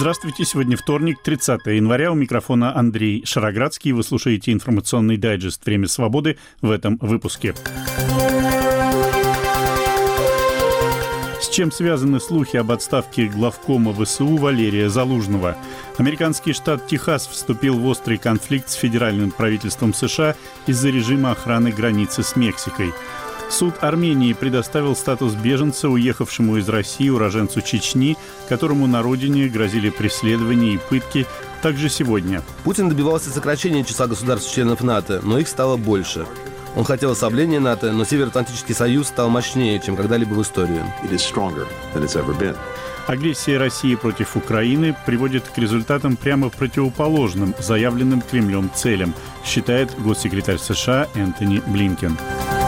Здравствуйте, сегодня вторник, 30 января, у микрофона Андрей Шароградский. Вы слушаете информационный дайджест «Время свободы» в этом выпуске. С чем связаны слухи об отставке главкома ВСУ Валерия Залужного? Американский штат Техас вступил в острый конфликт с федеральным правительством США из-за режима охраны границы с Мексикой. Суд Армении предоставил статус беженца, уехавшему из России уроженцу Чечни, которому на родине грозили преследования и пытки, также сегодня. Путин добивался сокращения числа государств-членов НАТО, но их стало больше. Он хотел ослабления НАТО, но Североатлантический союз стал мощнее, чем когда-либо в истории. Агрессия России против Украины приводит к результатам прямо противоположным заявленным Кремлем целям, считает госсекретарь США Энтони Блинкен.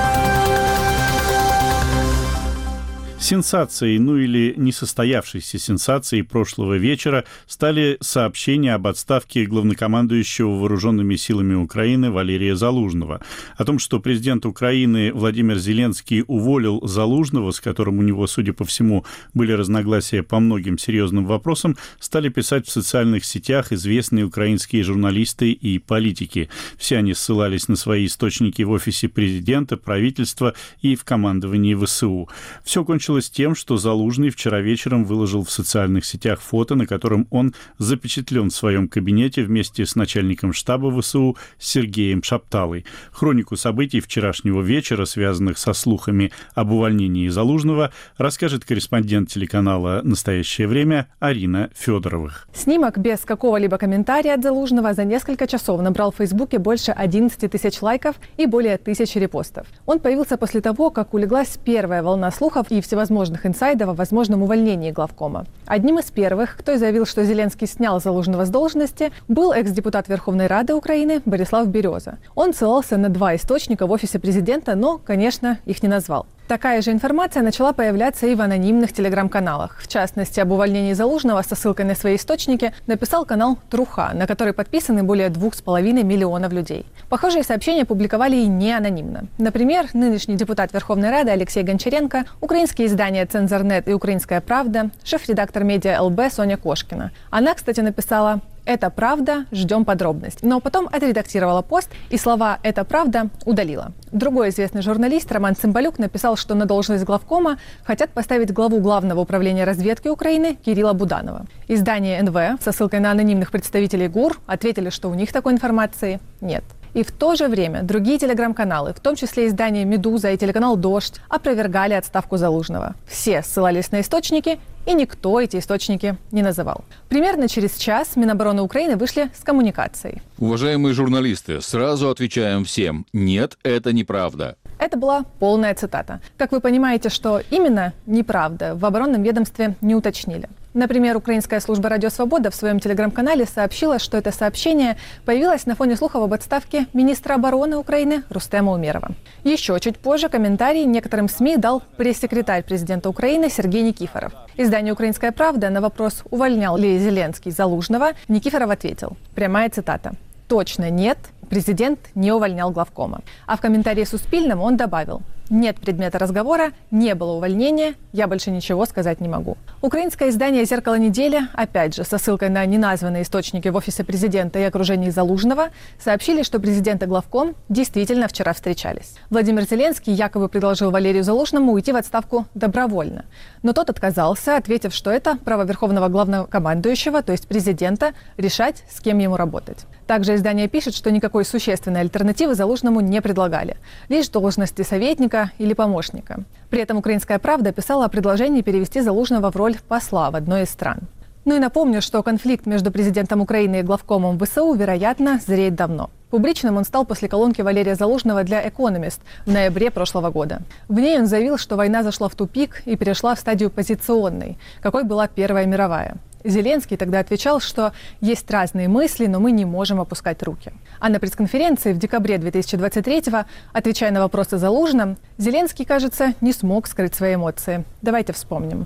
Сенсацией, или несостоявшейся сенсацией прошлого вечера стали сообщения об отставке главнокомандующего вооруженными силами Украины Валерия Залужного. О том, что президент Украины Владимир Зеленский уволил Залужного, с которым у него, судя по всему, были разногласия по многим серьезным вопросам, стали писать в социальных сетях известные украинские журналисты и политики. Все они ссылались на свои источники в офисе президента, правительства и в командовании ВСУ. Все кончилось тем, что Залужный вчера вечером выложил в социальных сетях фото, на котором он запечатлен в своем кабинете вместе с начальником штаба ВСУ Сергеем Шапталой. Хронику событий вчерашнего вечера, связанных со слухами об увольнении Залужного, расскажет корреспондент телеканала «Настоящее время» Арина Федорова. Снимок без какого-либо комментария от Залужного за несколько часов набрал в Фейсбуке больше 11 тысяч лайков и более 1000 репостов. Он появился после того, как улеглась первая волна слухов и всевозможных инсайдов о возможном увольнении главкома. Одним из первых, кто заявил, что Зеленский снял Залужного с должности, был экс-депутат Верховной Рады Украины Борислав Береза. Он ссылался на 2 источника в офисе президента, но, конечно, их не назвал. Такая же информация начала появляться и в анонимных телеграм-каналах. В частности, об увольнении Залужного со ссылкой на свои источники написал канал «Труха», на который подписаны более 2,5 миллионов людей. Похожие сообщения публиковали и не анонимно. Например, нынешний депутат Верховной Рады Алексей Гончаренко, украинские издания «Цензорнет» и «Украинская правда», шеф-редактор медиа ЛБ Соня Кошкина. Она, кстати, написала: «Это правда, ждем подробностей». Но потом отредактировала пост и слова «это правда» удалила. Другой известный журналист Роман Цымбалюк написал, что на должность главкома хотят поставить главу Главного управления разведки Украины Кирилла Буданова. Издание НВ со ссылкой на анонимных представителей ГУР ответили, что у них такой информации нет. И в то же время другие телеграм-каналы, в том числе издание «Медуза» и телеканал «Дождь», опровергали отставку Залужного. Все ссылались на источники, и никто эти источники не называл. Примерно через час Минобороны Украины вышли с коммуникацией. Уважаемые журналисты, сразу отвечаем всем: нет, это неправда. Это была полная цитата. Как вы понимаете, что именно неправда, в оборонном ведомстве не уточнили. Например, украинская служба «Радио Свобода» в своем телеграм-канале сообщила, что это сообщение появилось на фоне слухов об отставке министра обороны Украины Рустема Умерова. Еще чуть позже комментарий некоторым СМИ дал пресс-секретарь президента Украины Сергей Никифоров. Изданию «Украинская правда» на вопрос, увольнял ли Зеленский Залужного, Никифоров ответил, прямая цитата: «Точно нет, президент не увольнял главкома». А в комментарии Суспильному он добавил: «Нет предмета разговора, не было увольнения, я больше ничего сказать не могу». Украинское издание «Зеркало недели», опять же, со ссылкой на неназванные источники в офисе президента и окружении Залужного, сообщили, что президент и главком действительно вчера встречались. Владимир Зеленский якобы предложил Валерию Залужному уйти в отставку добровольно. Но тот отказался, ответив, что это право верховного главнокомандующего, то есть президента, решать, с кем ему работать. Также издание пишет, что никакой существенной альтернативы Залужному не предлагали. Лишь должности советника или помощника. При этом «Украинская правда» писала о предложении перевести Залужного в роль посла в одной из стран. Ну и напомню, что конфликт между президентом Украины и главкомом ВСУ, вероятно, зреет давно. Публичным он стал после колонки Валерия Залужного для «Экономист» в ноябре прошлого года. В ней он заявил, что война зашла в тупик и перешла в стадию позиционной, какой была Первая мировая. Зеленский тогда отвечал, что есть разные мысли, но мы не можем опускать руки. А на пресс-конференции в декабре 2023-го, отвечая на вопросы Залужным, Зеленский, кажется, не смог скрыть свои эмоции. Давайте вспомним.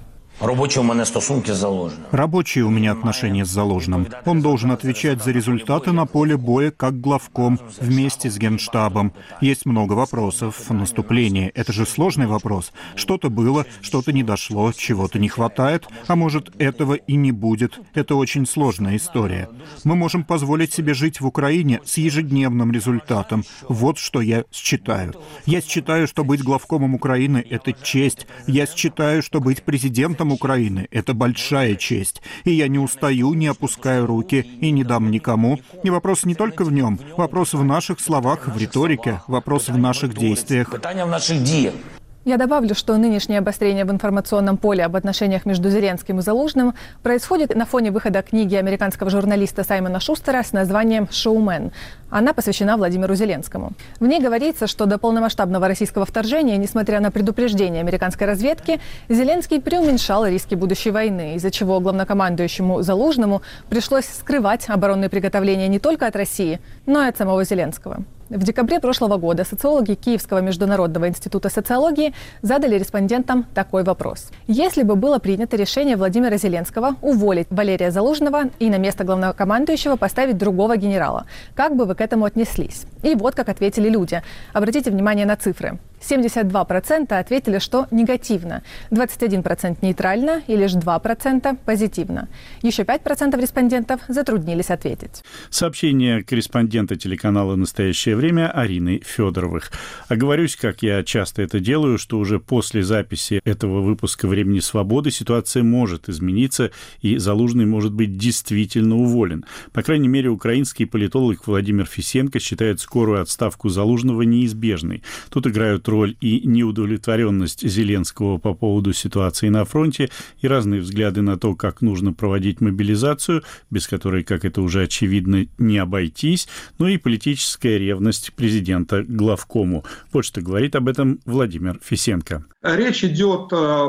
Рабочие у меня отношения с Залужным. Он должен отвечать за результаты на поле боя как главком вместе с Генштабом. Есть много вопросов. Наступление — это же сложный вопрос. Что-то было, что-то не дошло, чего-то не хватает, а может, этого и не будет. Это очень сложная история. Мы можем позволить себе жить в Украине с ежедневным результатом. Вот что я считаю. Я считаю, что быть главкомом Украины — это честь. Я считаю, что быть президентом Украины — это большая честь. И я не устаю, не опускаю руки и не дам никому. И вопрос не только в нем. Вопрос в наших словах, в риторике. Вопрос в наших действиях. Я добавлю, что нынешнее обострение в информационном поле об отношениях между Зеленским и Залужным происходит на фоне выхода книги американского журналиста Саймона Шустера с названием «Шоумен». Она посвящена Владимиру Зеленскому. В ней говорится, что до полномасштабного российского вторжения, несмотря на предупреждение американской разведки, Зеленский преуменьшал риски будущей войны, из-за чего главнокомандующему Залужному пришлось скрывать оборонные приготовления не только от России, но и от самого Зеленского. В декабре прошлого года социологи Киевского международного института социологии задали респондентам такой вопрос. Если бы было принято решение Владимира Зеленского уволить Валерия Залужного и на место главнокомандующего поставить другого генерала, как бы вы к этому отнеслись? И вот как ответили люди. Обратите внимание на цифры. 72% ответили, что негативно, 21% нейтрально и лишь 2% позитивно. Еще 5% респондентов затруднились ответить. Сообщение корреспондента телеканала «Настоящее время» Арины Федоровых. Оговорюсь, как я часто это делаю, что уже после записи этого выпуска «Времени свободы» ситуация может измениться, и Залужный может быть действительно уволен. По крайней мере, украинский политолог Владимир Фисенко считает скорую отставку Залужного неизбежной. Тут играют роль и неудовлетворенность Зеленского по поводу ситуации на фронте, и разные взгляды на то, как нужно проводить мобилизацию, без которой, как это уже очевидно, не обойтись, но и политическая ревность президента к главкому. Вот что говорит об этом Владимир Фисенко. Речь идет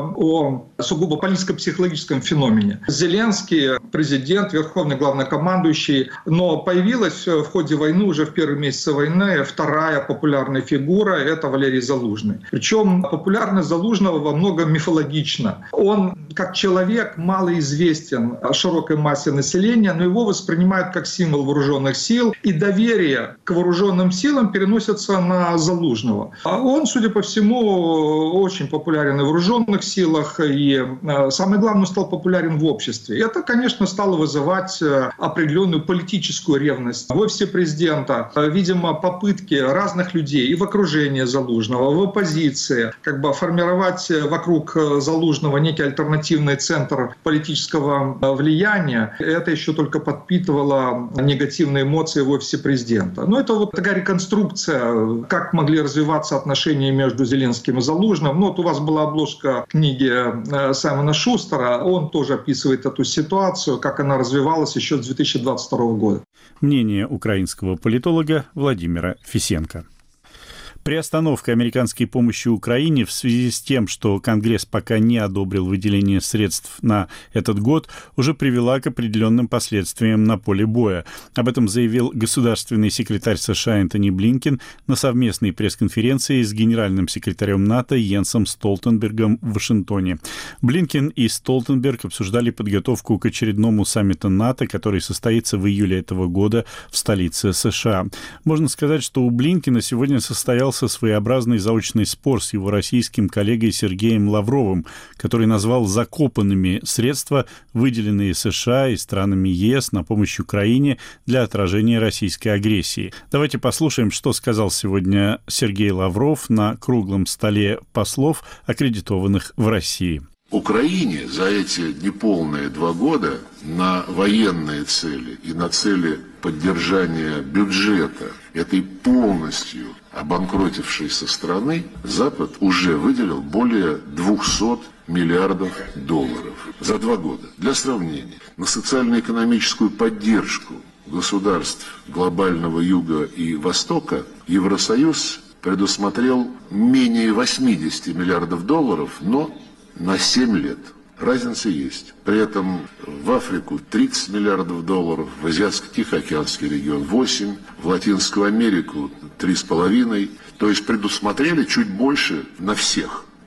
о сугубо политико-психологическом феномене. Зеленский, президент, верховный главнокомандующий, но появилась в ходе войны, уже в первые месяцы войны, вторая популярная фигура – это Валерий Залужный. Причем популярность Залужного во многом мифологична. Он, как человек, малоизвестен широкой массе населения, но его воспринимают как символ вооруженных сил, и доверие к вооруженным силам переносится на Залужного. А он, судя по всему, очень популярен и в вооруженных силах, и, самое главное, стал популярен в обществе. Это, конечно, стало вызывать определенную политическую ревность в офисе президента. Видимо, попытки разных людей и в окружении Залужного, в оппозиции, формировать вокруг Залужного некий альтернативный центр политического влияния, это еще только подпитывало негативные эмоции в офисе президента. Но это вот такая реконструкция, как могли развиваться отношения между Зеленским и Залужным. Вот у вас была обложка книги Саймона Шустера, он тоже описывает эту ситуацию, как она развивалась еще с 2022 года. Мнение украинского политолога Владимира Фисенко. Приостановка американской помощи Украине в связи с тем, что Конгресс пока не одобрил выделение средств на этот год, уже привела к определенным последствиям на поле боя. Об этом заявил государственный секретарь США Энтони Блинкен на совместной пресс-конференции с генеральным секретарем НАТО Йенсом Столтенбергом в Вашингтоне. Блинкен и Столтенберг обсуждали подготовку к очередному саммиту НАТО, который состоится в июле этого года в столице США. Можно сказать, что у Блинкена сегодня состоялся своеобразный заочный спор с его российским коллегой Сергеем Лавровым, который назвал закопанными средства, выделенные США и странами ЕС на помощь Украине для отражения российской агрессии. Давайте послушаем, что сказал сегодня Сергей Лавров на круглом столе послов, аккредитованных в России. Украине за эти неполные 2 года на военные цели и на цели поддержания бюджета этой полностью обанкротившейся страны Запад уже выделил более 200 миллиардов долларов за 2 года. Для сравнения, на социально-экономическую поддержку государств глобального Юга и Востока Евросоюз предусмотрел менее 80 миллиардов долларов, но на 7 лет. Разница есть. При этом в Африку 30 миллиардов долларов, в Азиатско-Тихоокеанский регион 8, в Латинскую Америку 3,5. То есть предусмотрели чуть больше на всех.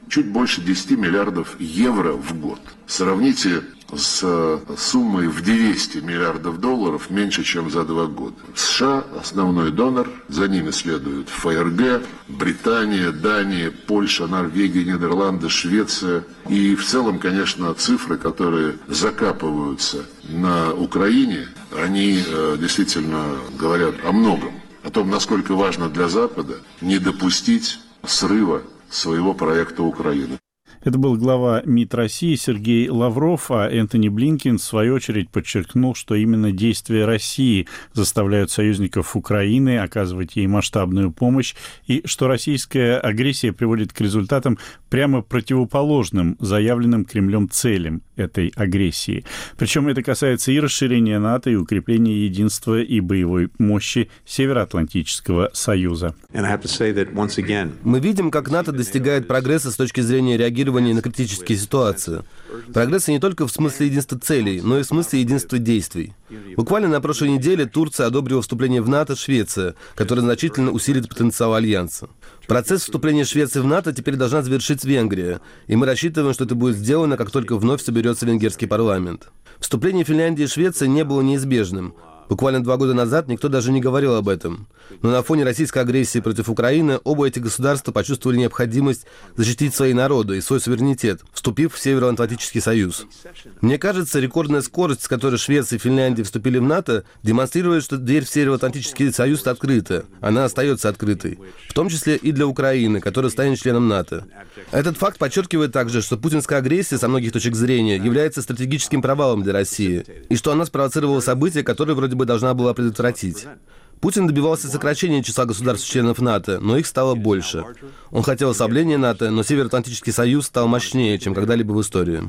чуть больше 10 миллиардов евро в год. Сравните с суммой в 200 миллиардов долларов меньше, чем за 2 года. США – основной донор, за ними следуют ФРГ, Британия, Дания, Польша, Норвегия, Нидерланды, Швеция. И в целом, конечно, цифры, которые закапываются на Украине, они действительно говорят о многом. О том, насколько важно для Запада не допустить срыва своего проекта Украины. Это был глава МИД России Сергей Лавров, а Энтони Блинкен, в свою очередь, подчеркнул, что именно действия России заставляют союзников Украины оказывать ей масштабную помощь, и что российская агрессия приводит к результатам прямо противоположным заявленным Кремлем целям этой агрессии. Причем это касается и расширения НАТО, и укрепления единства и боевой мощи Североатлантического Союза. Мы видим, как НАТО достигает прогресса с точки зрения реагирования на критические ситуации. Прогресса не только в смысле единства целей, но и в смысле единства действий. Буквально на прошлой неделе Турция одобрила вступление в НАТО Швеция, которое значительно усилит потенциал Альянса. Процесс вступления Швеции в НАТО теперь должна завершить Венгрия, и мы рассчитываем, что это будет сделано, как только вновь соберется венгерский парламент. Вступление Финляндии и Швеции не было неизбежным. Буквально 2 года назад никто даже не говорил об этом. Но на фоне российской агрессии против Украины оба эти государства почувствовали необходимость защитить свои народы и свой суверенитет, вступив в Североатлантический Союз. Мне кажется, рекордная скорость, с которой Швеция и Финляндия вступили в НАТО, демонстрирует, что дверь в Североатлантический Союз открыта. Она остается открытой. В том числе и для Украины, которая станет членом НАТО. Этот факт подчеркивает также, что путинская агрессия, со многих точек зрения, является стратегическим провалом для России, и что она спровоцировала события, которые вроде бы должна была предотвратить. Путин добивался сокращения числа государств-членов НАТО, но их стало больше. Он хотел ослабления НАТО, но Североатлантический Союз стал мощнее, чем когда-либо в истории.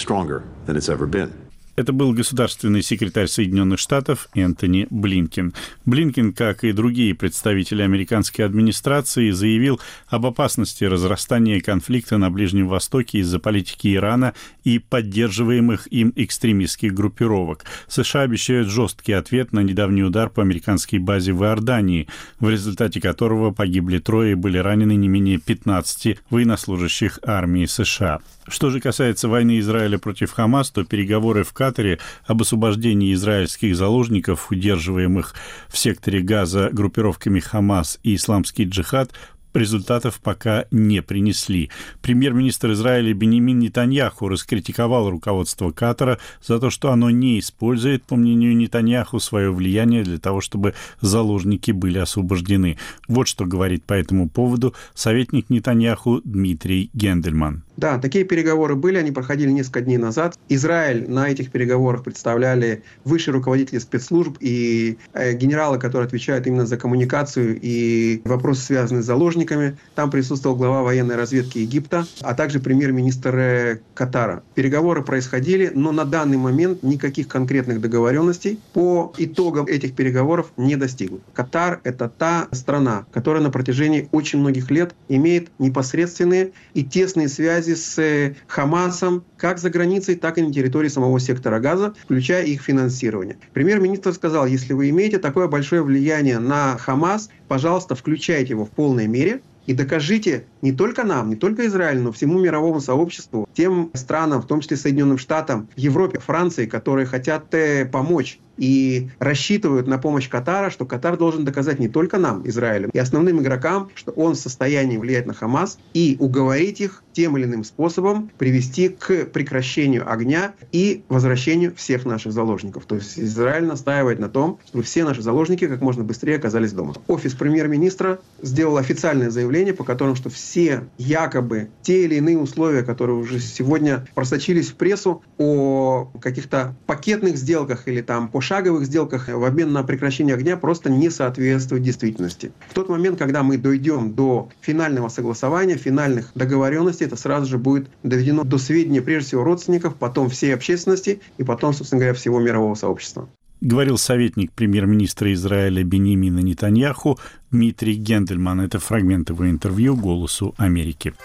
Это был государственный секретарь Соединенных Штатов Энтони Блинкен. Блинкен, как и другие представители американской администрации, заявил об опасности разрастания конфликта на Ближнем Востоке из-за политики Ирана и поддерживаемых им экстремистских группировок. США обещают жесткий ответ на недавний удар по американской базе в Иордании, в результате которого погибли 3 и были ранены не менее 15 военнослужащих армии США. Что же касается войны Израиля против Хамас, то переговоры в Катаре об освобождении израильских заложников, удерживаемых в секторе Газа группировками Хамас и Исламский джихад, результатов пока не принесли. Премьер-министр Израиля Биньямин Нетаньяху раскритиковал руководство Катара за то, что оно не использует, по мнению Нетаньяху, свое влияние для того, чтобы заложники были освобождены. Вот что говорит по этому поводу советник Нетаньяху Дмитрий Гендельман. Да, такие переговоры были, они проходили несколько дней назад. Израиль на этих переговорах представляли высшие руководители спецслужб и генералы, которые отвечают именно за коммуникацию и вопросы, связанные с заложниками. Там присутствовал глава военной разведки Египта, а также премьер-министр Катара. Переговоры происходили, но на данный момент никаких конкретных договоренностей по итогам этих переговоров не достигнут. Катар – это та страна, которая на протяжении очень многих лет имеет непосредственные и тесные связи с Хамасом как за границей, так и на территории самого сектора Газа, включая их финансирование. Премьер-министр сказал, если вы имеете такое большое влияние на Хамас, пожалуйста, включайте его в полной мере и докажите не только нам, не только Израилю, но всему мировому сообществу, тем странам, в том числе Соединенным Штатам, Европе, Франции, которые хотят помочь и рассчитывают на помощь Катара, что Катар должен доказать не только нам, Израилю, и основным игрокам, что он в состоянии влиять на Хамас и уговорить их тем или иным способом привести к прекращению огня и возвращению всех наших заложников. То есть Израиль настаивает на том, чтобы все наши заложники как можно быстрее оказались дома. Офис премьер-министра сделал официальное заявление, по которому, что все якобы те или иные условия, которые уже сегодня просочились в прессу о каких-то пакетных сделках или там пошаговых сделках в обмен на прекращение огня, просто не соответствуют действительности. В тот момент, когда мы дойдем до финального согласования, финальных договоренностей, это сразу же будет доведено до сведения прежде всего родственников, потом всей общественности и потом, собственно говоря, всего мирового сообщества. Говорил советник премьер-министра Израиля Биньямина Нетаньяху Дмитрий Гендельман. Это фрагмент его интервью «Голосу Америки».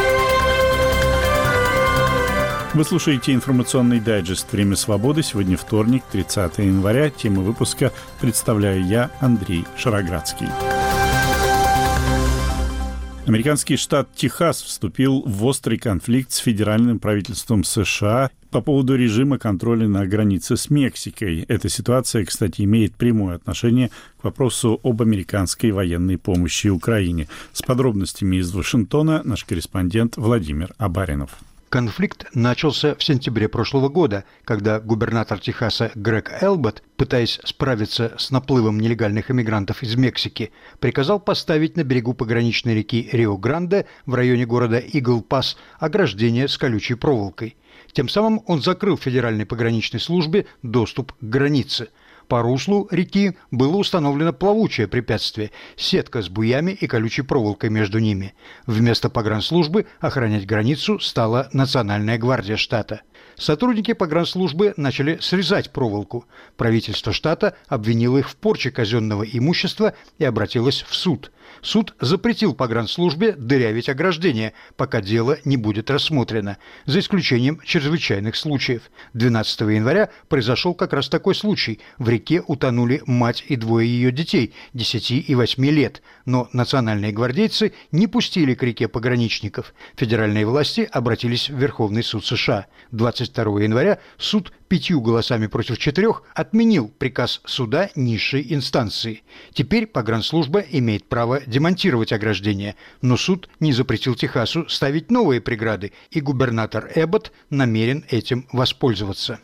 Вы слушаете информационный дайджест «Время свободы». Сегодня вторник, 30 января. Тему выпуска представляю я, Андрей Шароградский. Американский штат Техас вступил в острый конфликт с федеральным правительством США по поводу режима контроля на границе с Мексикой. Эта ситуация, кстати, имеет прямое отношение к вопросу об американской военной помощи Украине. С подробностями из Вашингтона наш корреспондент Владимир Абаринов. Конфликт начался в сентябре прошлого года, когда губернатор Техаса Грег Элбот, пытаясь справиться с наплывом нелегальных иммигрантов из Мексики, приказал поставить на берегу пограничной реки Рио-Гранде в районе города Игл-Пас ограждение с колючей проволокой. Тем самым он закрыл федеральной пограничной службе доступ к границе. По руслу реки было установлено плавучее препятствие – сетка с буями и колючей проволокой между ними. Вместо погранслужбы охранять границу стала Национальная гвардия штата. Сотрудники погранслужбы начали срезать проволоку. Правительство штата обвинило их в порче казенного имущества и обратилось в суд. Суд запретил погранслужбе дырявить ограждение, пока дело не будет рассмотрено, за исключением чрезвычайных случаев. 12 января произошел как раз такой случай. В реке утонули мать и двое ее детей, 10 и 8 лет. Но национальные гвардейцы не пустили к реке пограничников. Федеральные власти обратились в Верховный суд США. 22 января суд 5 голосами против 4 отменил приказ суда низшей инстанции. Теперь погранслужба имеет право демонтировать ограждение, но суд не запретил Техасу ставить новые преграды, и губернатор Эббот намерен этим воспользоваться.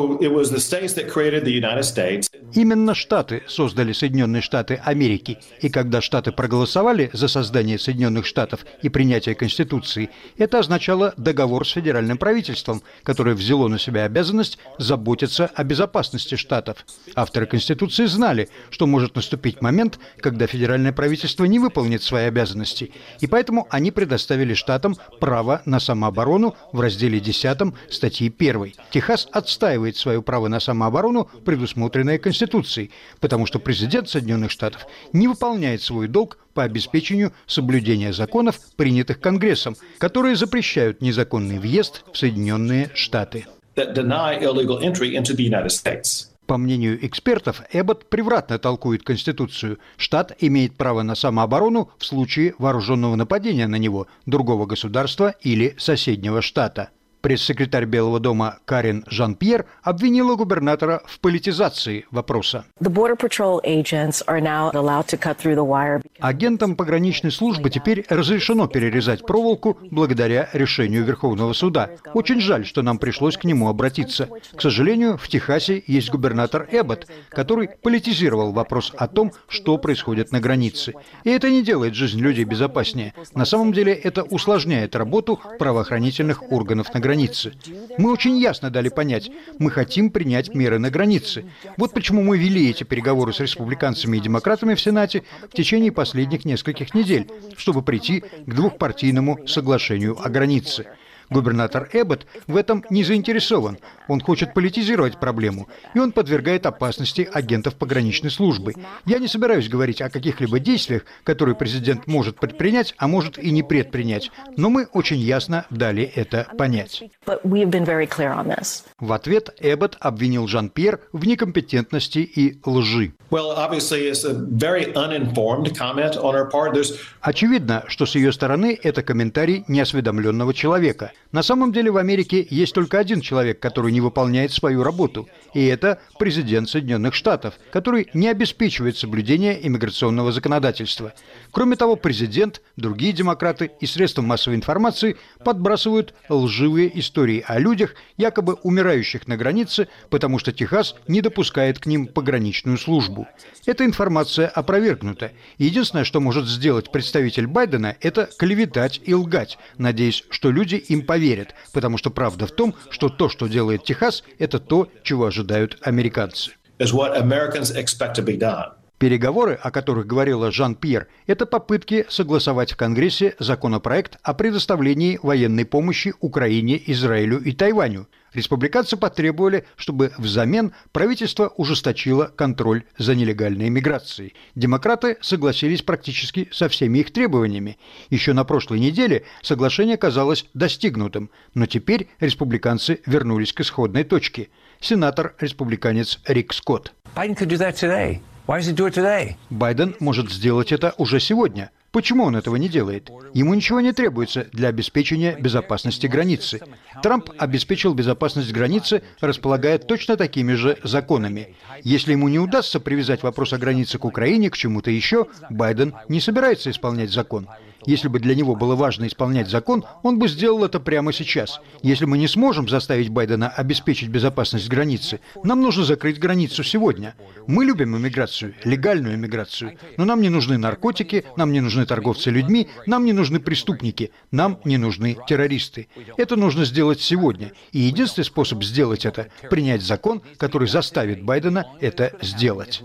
Именно Штаты создали Соединенные Штаты Америки, и когда Штаты проголосовали за создание Соединенных Штатов и принятие Конституции, это означало договор с федеральным правительством, которое взяло на себя обязанность заботиться о безопасности штатов. Авторы Конституции знали, что может наступить момент, когда федеральное правительство не выполнит свои обязанности, и поэтому они предоставили штатам право на самооборону в разделе 10 статьи 1. Техас отстаивает свое право на самооборону, предусмотренное Конституцией, потому что президент Соединенных Штатов не выполняет свой долг по обеспечению соблюдения законов, принятых Конгрессом, которые запрещают незаконный въезд в Соединенные Штаты. По мнению экспертов, Эббот превратно толкует Конституцию. Штат имеет право на самооборону в случае вооруженного нападения на него, другого государства или соседнего штата. Пресс-секретарь Белого дома Карен Жан-Пьер обвинила губернатора в политизации вопроса. Агентам пограничной службы теперь разрешено перерезать проволоку благодаря решению Верховного суда. Очень жаль, что нам пришлось к нему обратиться. К сожалению, в Техасе есть губернатор Эббот, который политизировал вопрос о том, что происходит на границе. И это не делает жизнь людей безопаснее. На самом деле это усложняет работу правоохранительных органов на границе. Мы очень ясно дали понять, мы хотим принять меры на границе. Вот почему мы вели эти переговоры с республиканцами и демократами в Сенате в течение последних нескольких недель, чтобы прийти к двухпартийному соглашению о границе. Губернатор Эббот в этом не заинтересован. Он хочет политизировать проблему, и он подвергает опасности агентов пограничной службы. Я не собираюсь говорить о каких-либо действиях, которые президент может предпринять, а может и не предпринять, но мы очень ясно дали это понять. В ответ Эббот обвинил Жан-Пьер в некомпетентности и лжи. Очевидно, что с ее стороны это комментарий неосведомленного человека. На самом деле в Америке есть только один человек, который не выполняет свою работу, и это президент Соединенных Штатов, который не обеспечивает соблюдение иммиграционного законодательства. Кроме того, президент, другие демократы и средства массовой информации подбрасывают лживые истории о людях, якобы умирающих на границе, потому что Техас не допускает к ним пограничную службу. Эта информация опровергнута. Единственное, что может сделать представитель Байдена, это клеветать и лгать, надеясь, что люди им поверят, потому что правда в том, что то, что делает Техас, это то, чего ожидают американцы. Переговоры, о которых говорила Жан-Пьер, это попытки согласовать в Конгрессе законопроект о предоставлении военной помощи Украине, Израилю и Тайваню. Республиканцы потребовали, чтобы взамен правительство ужесточило контроль за нелегальной миграцией. Демократы согласились практически со всеми их требованиями. Еще на прошлой неделе соглашение казалось достигнутым, но теперь республиканцы вернулись к исходной точке. Сенатор-республиканец Рик Скотт. Байден может сделать это уже сегодня. Почему он этого не делает? Ему ничего не требуется для обеспечения безопасности границы. Трамп обеспечил безопасность границы, располагая точно такими же законами. Если ему не удастся привязать вопрос о границе к Украине, к чему-то еще, Байден не собирается исполнять закон. Если бы для него было важно исполнять закон, он бы сделал это прямо сейчас. Если мы не сможем заставить Байдена обеспечить безопасность границы, нам нужно закрыть границу сегодня. Мы любим иммиграцию, легальную иммиграцию, но нам не нужны наркотики, нам не нужны торговцы людьми, нам не нужны преступники, нам не нужны террористы. Это нужно сделать сегодня. И единственный способ сделать это – принять закон, который заставит Байдена это сделать.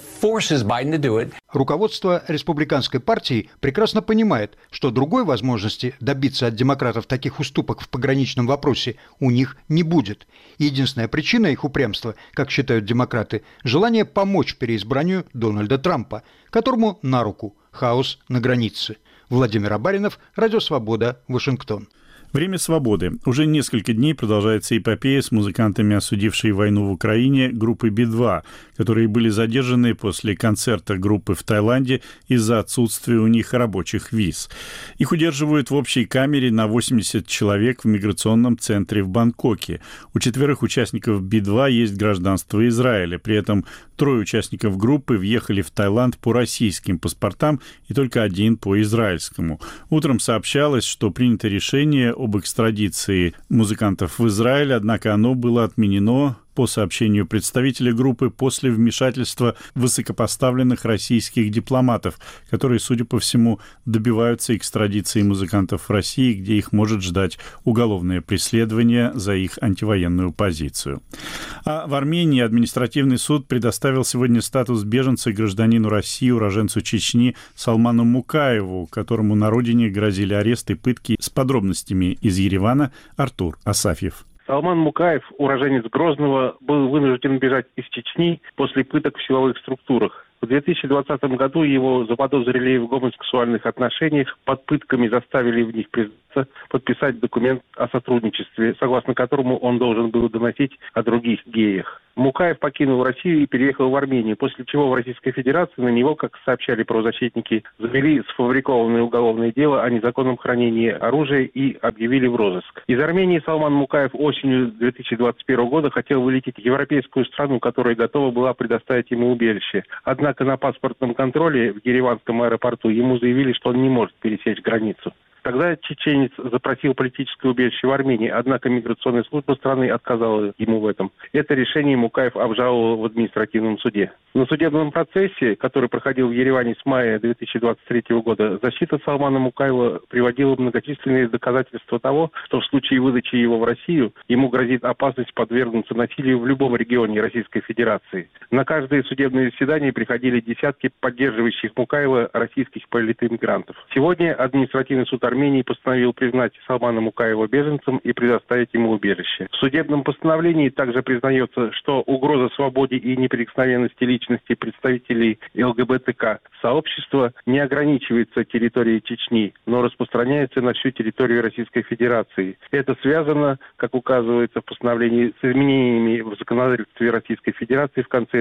Руководство республиканской партии прекрасно понимает, что другой возможности добиться от демократов таких уступок в пограничном вопросе у них не будет. Единственная причина их упрямства, как считают демократы, желание помочь переизбранию Дональда Трампа, которому на руку хаос на границе. Владимир Абаринов, Радио Свобода, Вашингтон. Время свободы. Уже несколько дней продолжается эпопея с музыкантами, осудившей войну в Украине, группы Би-2, которые были задержаны после концерта группы в Таиланде из-за отсутствия у них рабочих виз. Их удерживают в общей камере на 80 человек в миграционном центре в Бангкоке. У 4 участников Би-2 есть гражданство Израиля. При этом 3 участников группы въехали в Таиланд по российским паспортам и только 1 по израильскому. Утром сообщалось, что принято решение об экстрадиции музыкантов в Израиль, однако оно было отменено по сообщению представителя группы после вмешательства высокопоставленных российских дипломатов, которые, судя по всему, добиваются экстрадиции музыкантов в России, где их может ждать уголовное преследование за их антивоенную позицию. А в Армении административный суд предоставил сегодня статус беженца гражданину России, уроженцу Чечни Салману Мукаеву, которому на родине грозили арест и пытки. С подробностями из Еревана Артур Асафьев. Салман Мукаев, уроженец Грозного, был вынужден бежать из Чечни после пыток в силовых структурах. В 2020 году его заподозрили в гомосексуальных отношениях, под пытками заставили в них признаться, подписать документ о сотрудничестве, согласно которому он должен был доносить о других геях. Мукаев покинул Россию и переехал в Армению, после чего в Российской Федерации на него, как сообщали правозащитники, завели сфабрикованное уголовное дело о незаконном хранении оружия и объявили в розыск. Из Армении Салман Мукаев осенью 2021 года хотел вылететь в европейскую страну, которая готова была предоставить ему убежище. Однако на паспортном контроле в Ереванском аэропорту ему заявили, что он не может пересечь границу. Тогда чеченец запросил политическое убежище в Армении, однако миграционная служба страны отказала ему в этом. Это решение Мукаев обжаловал в административном суде. На судебном процессе, который проходил в Ереване с мая 2023 года, защита Салмана Мукаева приводила многочисленные доказательства того, что в случае выдачи его в Россию ему грозит опасность подвергнуться насилию в любом регионе Российской Федерации. На каждое судебное заседание приходили десятки поддерживающих Мукаева российских политэмигрантов. Сегодня административный суд Армении постановил признать Салмана Мукаева беженцем и предоставить ему убежище. В судебном постановлении также признается, что угроза свободе и неприкосновенности личности представителей ЛГБТК сообщества не ограничивается территорией Чечни, но распространяется на всю территорию Российской Федерации. Это связано, как указывается в постановлении, с изменениями в законодательстве Российской Федерации в конце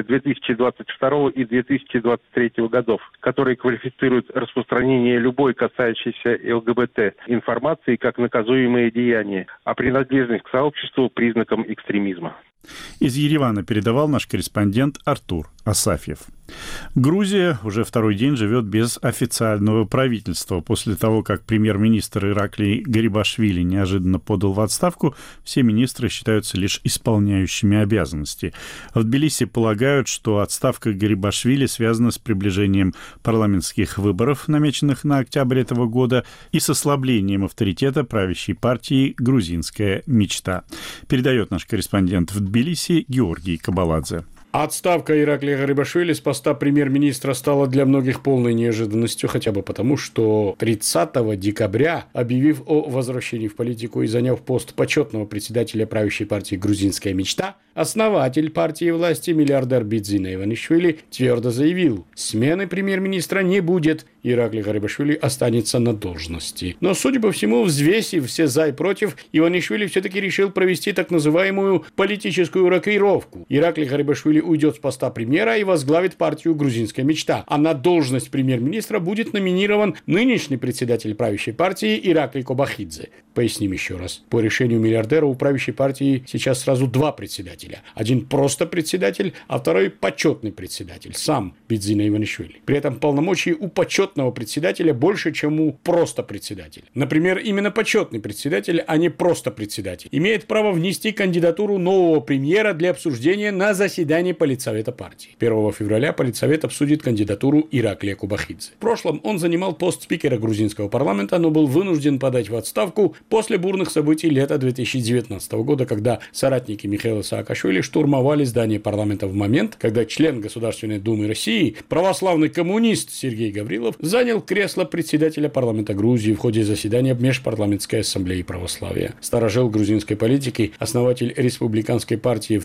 2022 и 2023 годов, которые квалифицируют распространение любой касающейся ЛГБТ информации как наказуемое деяние, а принадлежность к сообществу признаком экстремизма. Из Еревана передавал наш корреспондент Артур Асафьев. Грузия уже второй день живет без официального правительства. После того, как премьер-министр Ираклий Гарибашвили неожиданно подал в отставку, все министры считаются лишь исполняющими обязанности. В Тбилиси полагают, что отставка Гарибашвили связана с приближением парламентских выборов, намеченных на октябрь этого года, и с ослаблением авторитета правящей партии «Грузинская мечта». Передает наш корреспондент в Тбилиси Георгий Кабаладзе. Отставка Ираклия Гарибашвили с поста премьер-министра стала для многих полной неожиданностью, хотя бы потому, что 30 декабря, объявив о возвращении в политику и заняв пост почетного председателя правящей партии «Грузинская мечта», основатель партии власти миллиардер Бидзина Иванишвили твердо заявил: смены премьер-министра не будет, Ираклий Гарибашвили останется на должности. Но, судя по всему, взвесив все за и против, Иванишвили все-таки решил провести так называемую политическую рокировку. Ираклий Гарибашвили уйдет с поста премьера и возглавит партию «Грузинская мечта», а на должность премьер-министра будет номинирован нынешний председатель правящей партии Ираклий Кобахидзе. Поясним еще раз. По решению миллиардера у правящей партии сейчас сразу два председателя. Один просто председатель, а второй почетный председатель, сам Бидзина Иванишвили. При этом полномочий у почетного председателя больше, чем у просто председателя. Например, именно почетный председатель, а не просто председатель, имеет право внести кандидатуру нового премьера для обсуждения на заседании Политсовета партии. 1 февраля Политсовет обсудит кандидатуру Ираклия Кобахидзе. В прошлом он занимал пост спикера грузинского парламента, но был вынужден подать в отставку после бурных событий лета 2019 года, когда соратники Михаила Саакашвили штурмовали здание парламента в момент, когда член Государственной Думы России, православный коммунист Сергей Гаврилов, занял кресло председателя парламента Грузии в ходе заседания Межпарламентской ассамблеи православия. Старожил грузинской политики, основатель республиканской партии в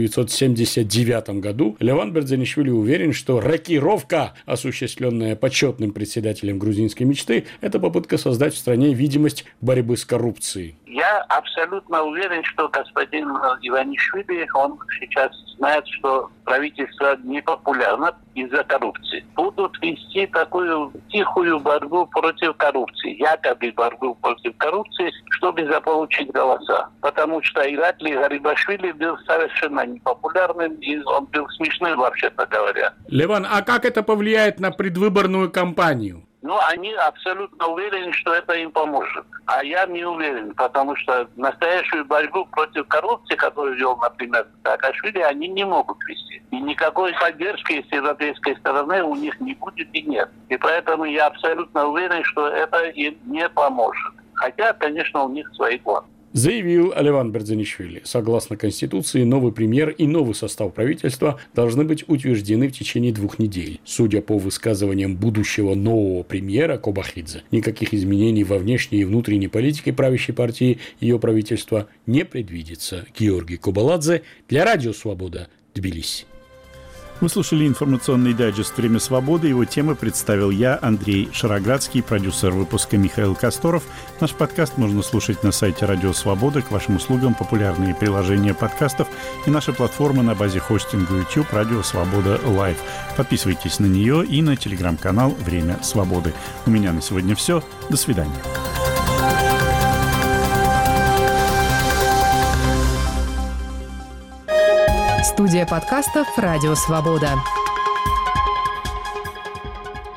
1979 году, Леван Бердзинишвили уверен, что рокировка, осуществленная почетным председателем грузинской мечты, это попытка создать в стране видимость борьбы с коррупцией. Я абсолютно уверен, что господин Иванишвили, он сейчас знает, что правительство непопулярно из-за коррупции. Будут вести такую тихую борьбу против коррупции, якобы борьбу против коррупции, чтобы заполучить голоса. Потому что Ираклий Гарибашвили был совершенно непопулярным, и он был смешным, вообще-то говоря. Леван, а как это повлияет на предвыборную кампанию? Ну, они абсолютно уверены, что это им поможет. А я не уверен, потому что настоящую борьбу против коррупции, которую вел, например, Саакашвили, они не могут вести. И никакой поддержки с европейской стороны у них не будет и нет. И поэтому я абсолютно уверен, что это им не поможет. Хотя, конечно, у них свои планы. Заявил Леван Бердзинишвили. Согласно Конституции, новый премьер и новый состав правительства должны быть утверждены в течение 2 недель. Судя по высказываниям будущего нового премьера Кобахидзе, никаких изменений во внешней и внутренней политике правящей партии и ее правительства не предвидится. Георгий Кобаладзе для Радио Свобода, Тбилиси. Вы слушали информационный дайджест «Время свободы». Его темы представил я, Андрей Шароградский, продюсер выпуска Михаил Косторов. Наш подкаст можно слушать на сайте «Радио Свобода». К вашим услугам популярные приложения подкастов и наша платформа на базе хостинга YouTube «Радио Свобода Лайв». Подписывайтесь на нее и на телеграм-канал «Время свободы». У меня на сегодня все. До свидания. Студия подкастов «Радио Свобода».